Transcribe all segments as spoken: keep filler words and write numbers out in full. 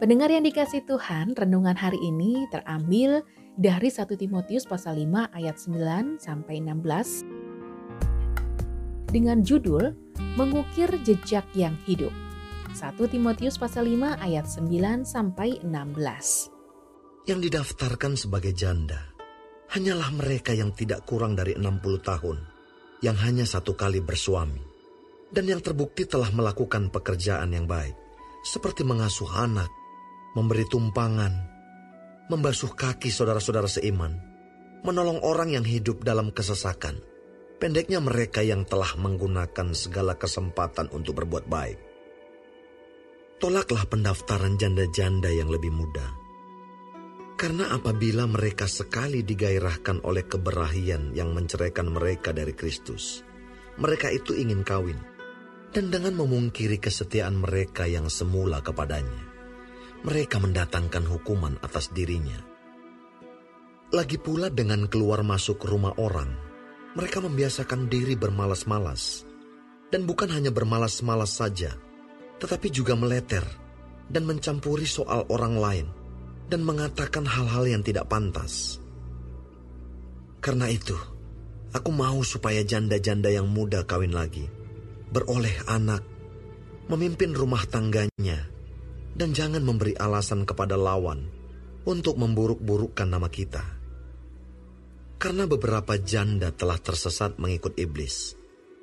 Pendengar yang dikasih Tuhan, renungan hari ini terambil dari satu Timotius pasal lima ayat sembilan sampai enam belas dengan judul Mengukir Jejak yang Hidup. satu Timotius pasal lima ayat sembilan sampai enam belas. Yang didaftarkan sebagai janda hanyalah mereka yang tidak kurang dari enam puluh tahun, yang hanya satu kali bersuami, dan yang terbukti telah melakukan pekerjaan yang baik, seperti mengasuh anak, memberi tumpangan, membasuh kaki saudara-saudara seiman, menolong orang yang hidup dalam kesesakan, pendeknya mereka yang telah menggunakan segala kesempatan untuk berbuat baik. Tolaklah pendaftaran janda-janda yang lebih muda, karena apabila mereka sekali digairahkan oleh keberahian yang menceraikan mereka dari Kristus, mereka itu ingin kawin, dan dengan memungkiri kesetiaan mereka yang semula kepadanya, mereka mendatangkan hukuman atas dirinya. Lagi pula dengan keluar masuk rumah orang, mereka membiasakan diri bermalas-malas, dan bukan hanya bermalas-malas saja, tetapi juga meleter dan mencampuri soal orang lain, dan mengatakan hal-hal yang tidak pantas. Karena itu, aku mau supaya janda-janda yang muda kawin lagi, beroleh anak, memimpin rumah tangganya, dan jangan memberi alasan kepada lawan untuk memburuk-burukkan nama kita. Karena beberapa janda telah tersesat mengikut iblis.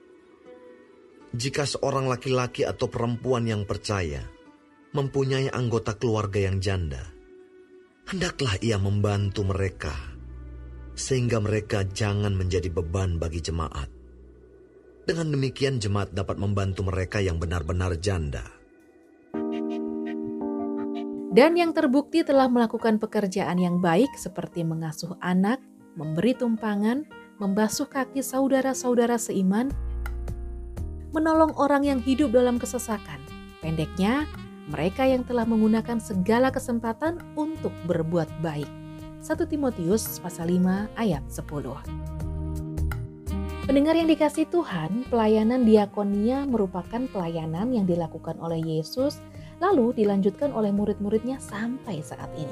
Jika seorang laki-laki atau perempuan yang percaya mempunyai anggota keluarga yang janda, hendaklah ia membantu mereka, sehingga mereka jangan menjadi beban bagi jemaat. Dengan demikian jemaat dapat membantu mereka yang benar-benar janda. Dan yang terbukti telah melakukan pekerjaan yang baik seperti mengasuh anak, memberi tumpangan, membasuh kaki saudara-saudara seiman, menolong orang yang hidup dalam kesesakan. Pendeknya, mereka yang telah menggunakan segala kesempatan untuk berbuat baik. satu Timotius pasal lima ayat sepuluh. Pendengar yang dikasih Tuhan, pelayanan diakonia merupakan pelayanan yang dilakukan oleh Yesus, lalu dilanjutkan oleh murid-muridnya sampai saat ini.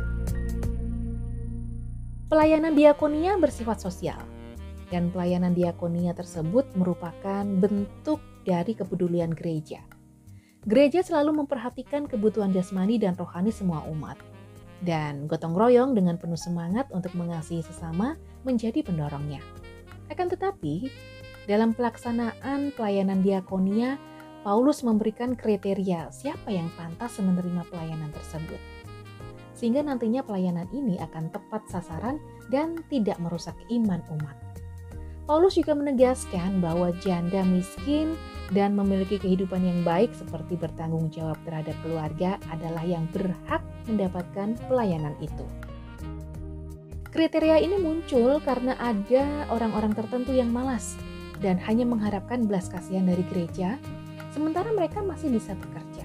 Pelayanan diakonia bersifat sosial, dan pelayanan diakonia tersebut merupakan bentuk dari kepedulian gereja. Gereja selalu memperhatikan kebutuhan jasmani dan rohani semua umat, dan gotong royong dengan penuh semangat untuk mengasihi sesama menjadi pendorongnya. Akan tetapi, dalam pelaksanaan pelayanan diakonia, Paulus memberikan kriteria siapa yang pantas menerima pelayanan tersebut, sehingga nantinya pelayanan ini akan tepat sasaran dan tidak merusak iman umat. Paulus juga menegaskan bahwa janda miskin dan memiliki kehidupan yang baik seperti bertanggung jawab terhadap keluarga adalah yang berhak mendapatkan pelayanan itu. Kriteria ini muncul karena ada orang-orang tertentu yang malas dan hanya mengharapkan belas kasihan dari gereja, sementara mereka masih bisa bekerja.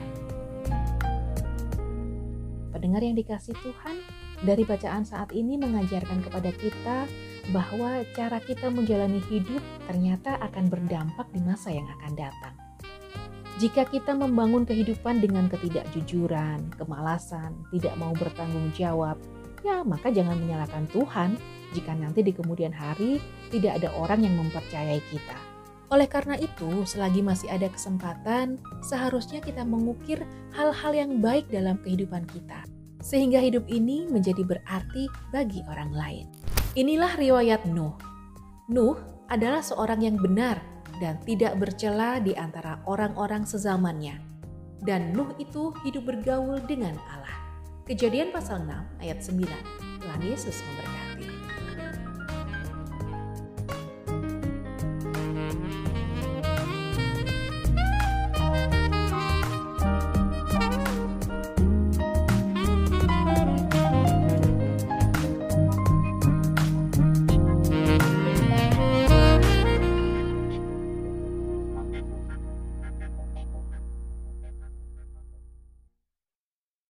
Pendengar yang dikasih Tuhan, dari bacaan saat ini mengajarkan kepada kita bahwa cara kita menjalani hidup ternyata akan berdampak di masa yang akan datang. Jika kita membangun kehidupan dengan ketidakjujuran, kemalasan, tidak mau bertanggung jawab, ya maka jangan menyalahkan Tuhan jika nanti di kemudian hari tidak ada orang yang mempercayai kita. Oleh karena itu, selagi masih ada kesempatan, seharusnya kita mengukir hal-hal yang baik dalam kehidupan kita, sehingga hidup ini menjadi berarti bagi orang lain. Inilah riwayat Nuh. Nuh adalah seorang yang benar dan tidak bercela di antara orang-orang sezamannya. Dan Nuh itu hidup bergaul dengan Allah. Kejadian pasal enam ayat sembilan. Tuhan Yesus memberkati.